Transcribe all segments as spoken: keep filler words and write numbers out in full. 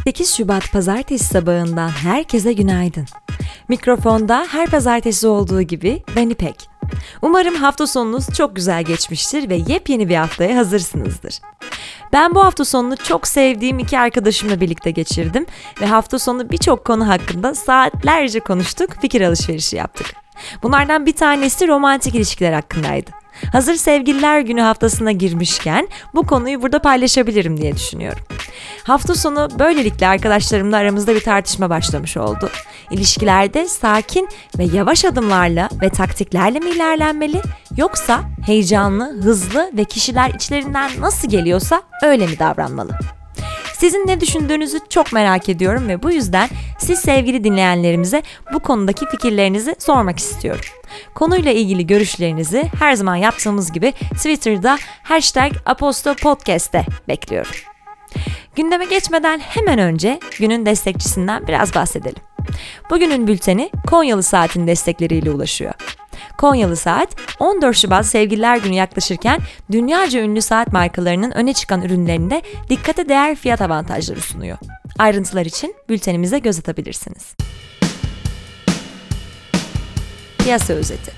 sekiz Şubat Pazartesi sabahından herkese günaydın. Mikrofonda her pazartesi olduğu gibi ben İpek. Umarım hafta sonunuz çok güzel geçmiştir ve yepyeni bir haftaya hazırsınızdır. Ben bu hafta sonunu çok sevdiğim iki arkadaşımla birlikte geçirdim ve hafta sonu birçok konu hakkında saatlerce konuştuk, fikir alışverişi yaptık. Bunlardan bir tanesi romantik ilişkiler hakkındaydı. Hazır Sevgililer Günü haftasına girmişken bu konuyu burada paylaşabilirim diye düşünüyorum. Hafta sonu böylelikle arkadaşlarımla aramızda bir tartışma başlamış oldu. İlişkilerde sakin ve yavaş adımlarla ve taktiklerle mi ilerlenmeli, yoksa heyecanlı, hızlı ve kişiler içlerinden nasıl geliyorsa öyle mi davranmalı? Sizin ne düşündüğünüzü çok merak ediyorum ve bu yüzden siz sevgili dinleyenlerimize bu konudaki fikirlerinizi sormak istiyorum. Konuyla ilgili görüşlerinizi her zaman yaptığımız gibi Twitter'da hashtag apostopodcast'te bekliyorum. Gündeme geçmeden hemen önce günün destekçisinden biraz bahsedelim. Bugünün bülteni Konyalı Saat'in destekleriyle ulaşıyor. Konyalı Saat, on dört Şubat Sevgililer Günü yaklaşırken dünyaca ünlü saat markalarının öne çıkan ürünlerinde dikkate değer fiyat avantajları sunuyor. Ayrıntılar için bültenimize göz atabilirsiniz. Piyasa özeti.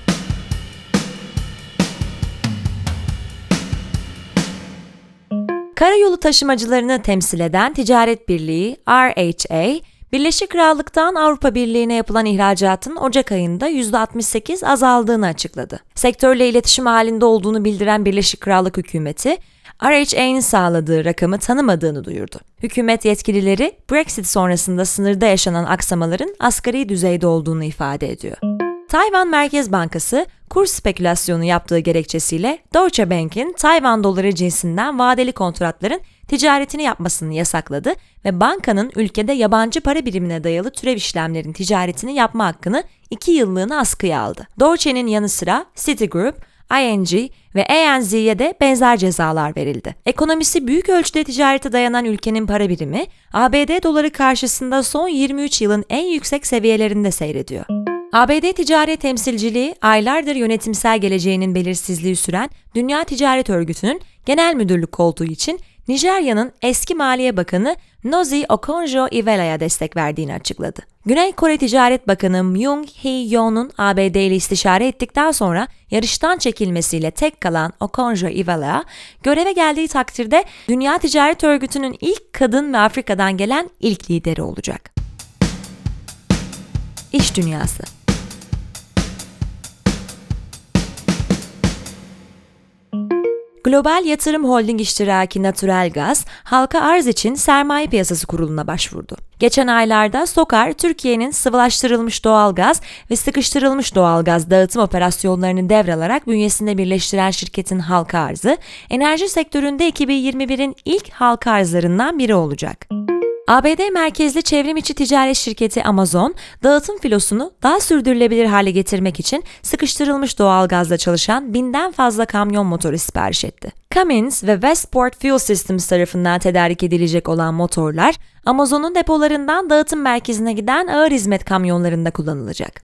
Karayolu taşımacılarını temsil eden Ticaret Birliği R H A, Birleşik Krallık'tan Avrupa Birliği'ne yapılan ihracatın Ocak ayında yüzde altmış sekiz azaldığını açıkladı. Sektörle iletişim halinde olduğunu bildiren Birleşik Krallık hükümeti, R H A'nın sağladığı rakamı tanımadığını duyurdu. Hükümet yetkilileri Brexit sonrasında sınırda yaşanan aksamaların asgari düzeyde olduğunu ifade ediyor. Tayvan Merkez Bankası, kur spekülasyonu yaptığı gerekçesiyle Deutsche Bank'in Tayvan doları cinsinden vadeli kontratların ticaretini yapmasını yasakladı ve bankanın ülkede yabancı para birimine dayalı türev işlemlerin ticaretini yapma hakkını iki yıllığına askıya aldı. Deutsche'nin yanı sıra Citigroup, I N G ve A N Z'ye de benzer cezalar verildi. Ekonomisi büyük ölçüde ticarete dayanan ülkenin para birimi, A B D doları karşısında son yirmi üç yılın en yüksek seviyelerinde seyrediyor. A B D Ticaret Temsilciliği, aylardır yönetimsel geleceğinin belirsizliği süren Dünya Ticaret Örgütü'nün genel müdürlük koltuğu için Nijerya'nın eski Maliye Bakanı Ngozi Okonjo-Iweala'ya destek verdiğini açıkladı. Güney Kore Ticaret Bakanı Myung Hee-yeon'un A B D ile istişare ettikten sonra yarıştan çekilmesiyle tek kalan Okonjo-Iweala, göreve geldiği takdirde Dünya Ticaret Örgütü'nün ilk kadın ve Afrika'dan gelen ilk lideri olacak. İş dünyası. Global Yatırım Holding iştiraki Naturalgaz, halka arz için Sermaye Piyasası Kurulu'na başvurdu. Geçen aylarda SOKAR, Türkiye'nin sıvılaştırılmış doğalgaz ve sıkıştırılmış doğalgaz dağıtım operasyonlarını devralarak bünyesinde birleştiren şirketin halka arzı, enerji sektöründe iki bin yirmi birin ilk halka arzlarından biri olacak. A B D merkezli çevrim içi ticaret şirketi Amazon, dağıtım filosunu daha sürdürülebilir hale getirmek için sıkıştırılmış doğalgazla çalışan binden fazla kamyon motoru sipariş etti. Cummins ve Westport Fuel Systems tarafından tedarik edilecek olan motorlar, Amazon'un depolarından dağıtım merkezine giden ağır hizmet kamyonlarında kullanılacak.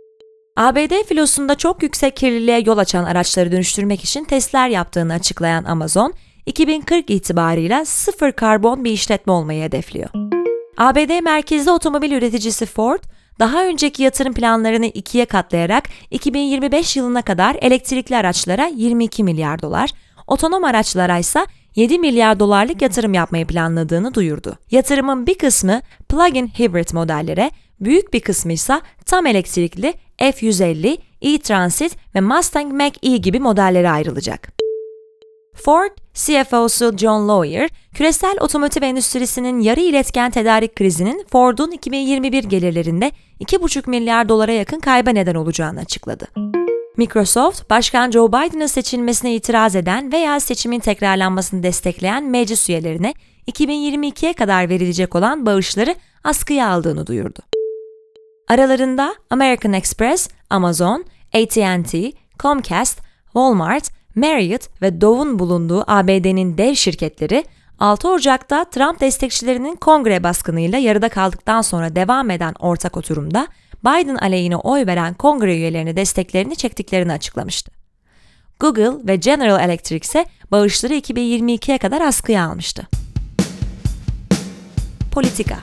A B D filosunda çok yüksek kirliliğe yol açan araçları dönüştürmek için testler yaptığını açıklayan Amazon, iki bin kırk itibarıyla sıfır karbon bir işletme olmayı hedefliyor. A B D merkezli otomobil üreticisi Ford, daha önceki yatırım planlarını ikiye katlayarak iki bin yirmi beş yılına kadar elektrikli araçlara yirmi iki milyar dolar, otonom araçlara ise yedi milyar dolarlık yatırım yapmayı planladığını duyurdu. Yatırımın bir kısmı plug-in hibrid modellere, büyük bir kısmı ise tam elektrikli F yüz elli, E-Transit ve Mustang Mach-E gibi modellere ayrılacak. Ford, C F O'su John Lawyer, küresel otomotiv endüstrisinin yarı iletken tedarik krizinin Ford'un iki bin yirmi bir gelirlerinde iki buçuk milyar dolara yakın kayba neden olacağını açıkladı. Microsoft, Başkan Joe Biden'ın seçilmesine itiraz eden veya seçimin tekrarlanmasını destekleyen meclis üyelerine iki bin yirmi ikiye kadar verilecek olan bağışları askıya aldığını duyurdu. Aralarında American Express, Amazon, A T and T, Comcast, Walmart, Marriott ve Dove'un bulunduğu A B D'nin dev şirketleri, altı Ocak'ta Trump destekçilerinin kongre baskınıyla yarıda kaldıktan sonra devam eden ortak oturumda Biden aleyhine oy veren kongre üyelerine desteklerini çektiklerini açıklamıştı. Google ve General Electric ise bağışları iki bin yirmi ikiye kadar askıya almıştı. Politika.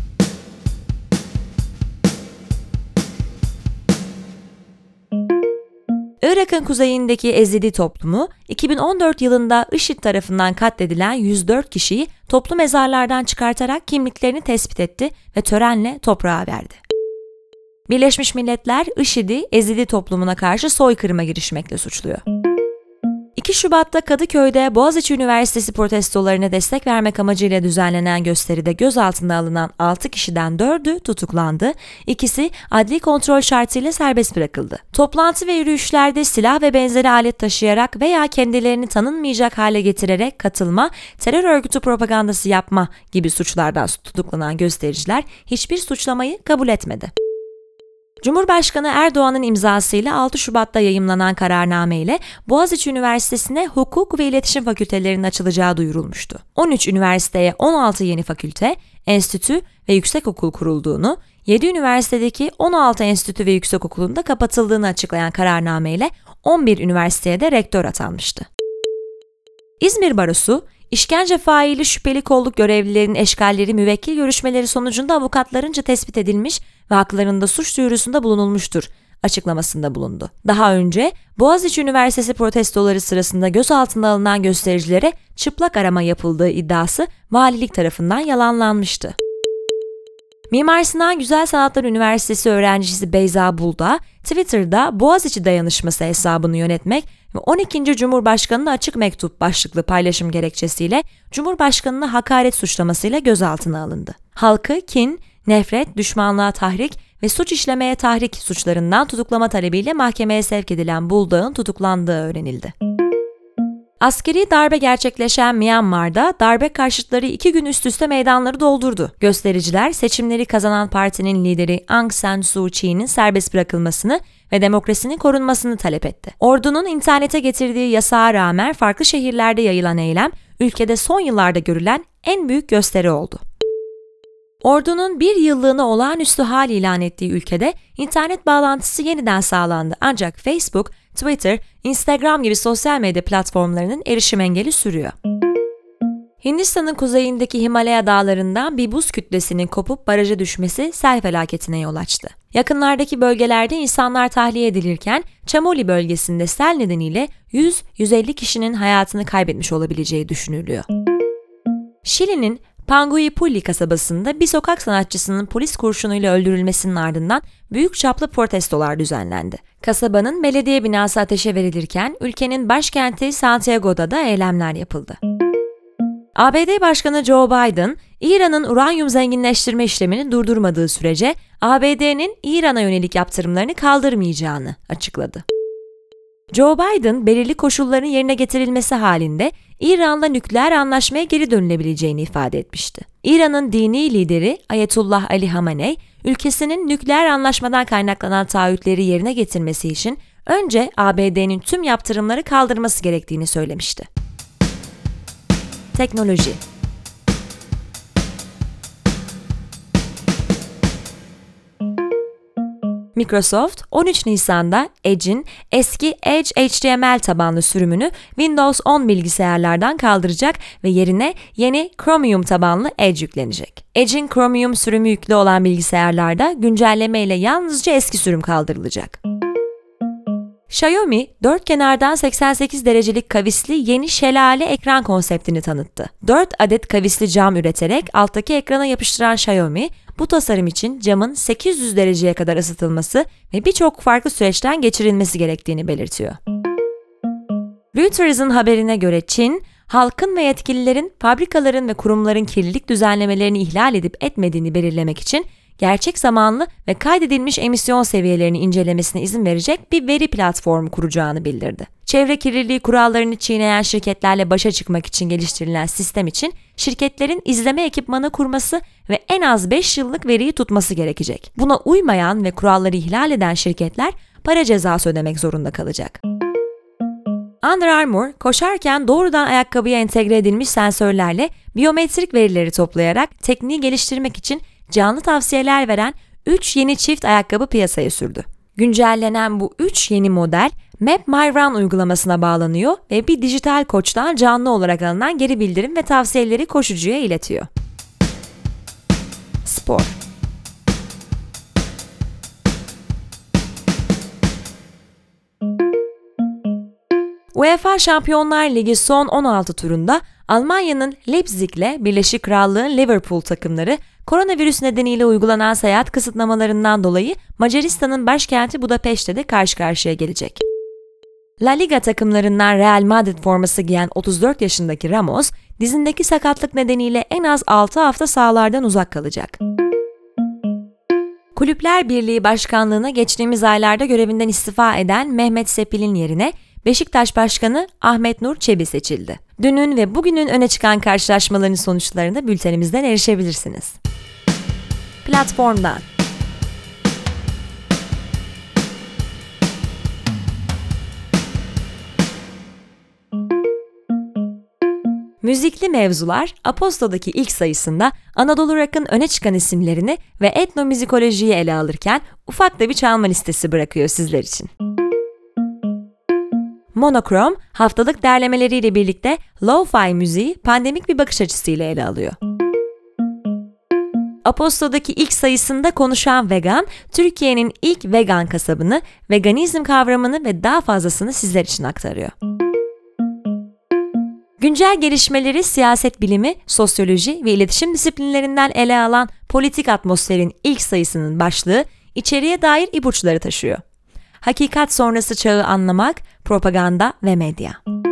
Irak'ın kuzeyindeki Ezidi toplumu, iki bin on dört yılında IŞİD tarafından katledilen yüz dört kişiyi toplu mezarlardan çıkartarak kimliklerini tespit etti ve törenle toprağa verdi. Birleşmiş Milletler, IŞİD'i Ezidi toplumuna karşı soykırıma girişmekle suçluyor. iki Şubat'ta Kadıköy'de Boğaziçi Üniversitesi protestolarına destek vermek amacıyla düzenlenen gösteride gözaltına alınan altı kişiden dördü tutuklandı, ikisi adli kontrol şartıyla serbest bırakıldı. Toplantı ve yürüyüşlerde silah ve benzeri alet taşıyarak veya kendilerini tanınmayacak hale getirerek katılma, terör örgütü propagandası yapma gibi suçlardan tutuklanan göstericiler hiçbir suçlamayı kabul etmedi. Cumhurbaşkanı Erdoğan'ın imzasıyla altı Şubat'ta yayımlanan kararname ile Boğaziçi Üniversitesi'ne hukuk ve iletişim fakültelerinin açılacağı duyurulmuştu. on üç üniversiteye on altı yeni fakülte, enstitü ve yüksekokul kurulduğunu, yedi üniversitedeki on altı enstitü ve yüksekokulun da kapatıldığını açıklayan kararname ile on bir üniversiteye de rektör atanmıştı. İzmir Barosu, İşkence faili şüpheli kolluk görevlilerinin eşkalleri müvekkil görüşmeleri sonucunda avukatlarınca tespit edilmiş ve haklarında suç duyurusunda bulunulmuştur açıklamasında bulundu. Daha önce Boğaziçi Üniversitesi protestoları sırasında gözaltına alınan göstericilere çıplak arama yapıldığı iddiası valilik tarafından yalanlanmıştı. Mimar Sinan Güzel Sanatlar Üniversitesi öğrencisi Beyza Bulda, Twitter'da Boğaziçi Dayanışması hesabını yönetmek ve on ikinci Cumhurbaşkanı'na açık mektup başlıklı paylaşım gerekçesiyle Cumhurbaşkanı'na hakaret suçlamasıyla gözaltına alındı. Halkı kin, nefret, düşmanlığa tahrik ve suç işlemeye tahrik suçlarından tutuklama talebiyle mahkemeye sevk edilen Buldağ'ın tutuklandığı öğrenildi. Askeri darbe gerçekleşen Myanmar'da darbe karşıtları iki gün üst üste meydanları doldurdu. Göstericiler seçimleri kazanan partinin lideri Aung San Suu Kyi'nin serbest bırakılmasını ve demokrasinin korunmasını talep etti. Ordunun internete getirdiği yasağa rağmen farklı şehirlerde yayılan eylem, ülkede son yıllarda görülen en büyük gösteri oldu. Ordunun bir yıllığına olağanüstü hal ilan ettiği ülkede internet bağlantısı yeniden sağlandı ancak Facebook, Twitter, Instagram gibi sosyal medya platformlarının erişim engeli sürüyor. Hindistan'ın kuzeyindeki Himalaya dağlarından bir buz kütlesinin kopup baraja düşmesi sel felaketine yol açtı. Yakınlardaki bölgelerde insanlar tahliye edilirken Chamoli bölgesinde sel nedeniyle yüz yüz elli kişinin hayatını kaybetmiş olabileceği düşünülüyor. Şili'nin Panguipulli kasabasında bir sokak sanatçısının polis kurşunuyla öldürülmesinin ardından büyük çaplı protestolar düzenlendi. Kasabanın belediye binası ateşe verilirken ülkenin başkenti Santiago'da da eylemler yapıldı. A B D Başkanı Joe Biden, İran'ın uranyum zenginleştirme işlemini durdurmadığı sürece A B D'nin İran'a yönelik yaptırımlarını kaldırmayacağını açıkladı. Joe Biden, belirli koşulların yerine getirilmesi halinde İran'la nükleer anlaşmaya geri dönülebileceğini ifade etmişti. İran'ın dini lideri Ayetullah Ali Hamenei, ülkesinin nükleer anlaşmadan kaynaklanan taahhütleri yerine getirmesi için önce A B D'nin tüm yaptırımları kaldırması gerektiğini söylemişti. Teknoloji. Microsoft, on üç Nisan'da Edge'in eski Edge H T M L tabanlı sürümünü Windows on bilgisayarlardan kaldıracak ve yerine yeni Chromium tabanlı Edge yüklenecek. Edge'in Chromium sürümü yüklü olan bilgisayarlarda güncelleme ile yalnızca eski sürüm kaldırılacak. Xiaomi, dört kenardan seksen sekiz derecelik kavisli yeni şelale ekran konseptini tanıttı. dört adet kavisli cam üreterek alttaki ekrana yapıştıran Xiaomi, bu tasarım için camın sekiz yüz dereceye kadar ısıtılması ve birçok farklı süreçten geçirilmesi gerektiğini belirtiyor. Reuters'ın haberine göre Çin, halkın ve yetkililerin fabrikaların ve kurumların kirlilik düzenlemelerini ihlal edip etmediğini belirlemek için gerçek zamanlı ve kaydedilmiş emisyon seviyelerini incelemesine izin verecek bir veri platformu kuracağını bildirdi. Çevre kirliliği kurallarını çiğneyen şirketlerle başa çıkmak için geliştirilen sistem için şirketlerin izleme ekipmanı kurması ve en az beş yıllık veriyi tutması gerekecek. Buna uymayan ve kuralları ihlal eden şirketler para cezası ödemek zorunda kalacak. Under Armour, koşarken doğrudan ayakkabıya entegre edilmiş sensörlerle biyometrik verileri toplayarak tekniği geliştirmek için canlı tavsiyeler veren üç yeni çift ayakkabı piyasaya sürdü. Güncellenen bu üç yeni model Map My Run uygulamasına bağlanıyor ve bir dijital koçtan canlı olarak alınan geri bildirim ve tavsiyeleri koşucuya iletiyor. Spor. UEFA Şampiyonlar Ligi son on altı turunda Almanya'nın Leipzig ile Birleşik Krallığın Liverpool takımları koronavirüs nedeniyle uygulanan seyahat kısıtlamalarından dolayı Macaristan'ın başkenti Budapeşte'de karşı karşıya gelecek. La Liga takımlarından Real Madrid forması giyen otuz dört yaşındaki Ramos, dizindeki sakatlık nedeniyle en az altı hafta sahalardan uzak kalacak. Kulüpler Birliği Başkanlığı'na geçtiğimiz aylarda görevinden istifa eden Mehmet Sepil'in yerine Beşiktaş Başkanı Ahmet Nur Çebi seçildi. Dünün ve bugünün öne çıkan karşılaşmaların sonuçlarına bültenimizden erişebilirsiniz. Platformdan. Müzikli Mevzular, Aposto'daki ilk sayısında Anadolu Rock'ın öne çıkan isimlerini ve etnomüzikolojiyi ele alırken ufak da bir çalma listesi bırakıyor sizler için. Monokrom, haftalık derlemeleriyle birlikte lo-fi müziği pandemik bir bakış açısıyla ele alıyor. Aposto'daki ilk sayısında Konuşan Vegan, Türkiye'nin ilk vegan kasabını, veganizm kavramını ve daha fazlasını sizler için aktarıyor. Güncel gelişmeleri siyaset bilimi, sosyoloji ve iletişim disiplinlerinden ele alan Politik Atmosfer'in ilk sayısının başlığı içeriğe dair ipuçları taşıyor. Hakikat sonrası çağı anlamak, propaganda ve medya.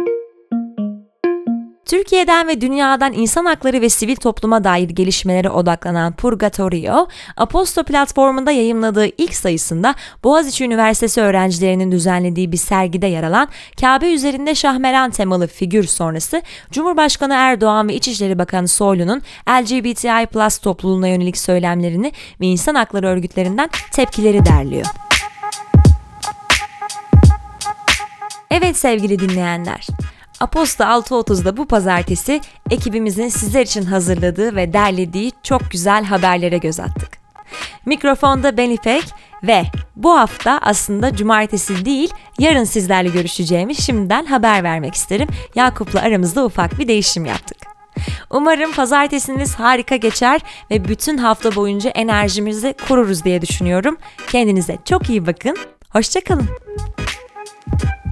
Türkiye'den ve dünyadan insan hakları ve sivil topluma dair gelişmelere odaklanan Purgatorio, Aposto platformunda yayımladığı ilk sayısında Boğaziçi Üniversitesi öğrencilerinin düzenlediği bir sergide yer alan Kabe üzerinde şahmeran temalı figür sonrası Cumhurbaşkanı Erdoğan ve İçişleri Bakanı Soylu'nun L G B T İ plus topluluğuna yönelik söylemlerini ve insan hakları örgütlerinden tepkileri derliyor. Evet sevgili dinleyenler, Aposto altı otuzda bu pazartesi ekibimizin sizler için hazırladığı ve derlediği çok güzel haberlere göz attık. Mikrofonda ben İpek ve bu hafta aslında cumartesi değil, yarın sizlerle görüşeceğimiz şimdiden haber vermek isterim. Yakup'la aramızda ufak bir değişim yaptık. Umarım pazartesiniz harika geçer ve bütün hafta boyunca enerjimizi koruruz diye düşünüyorum. Kendinize çok iyi bakın, hoşça kalın.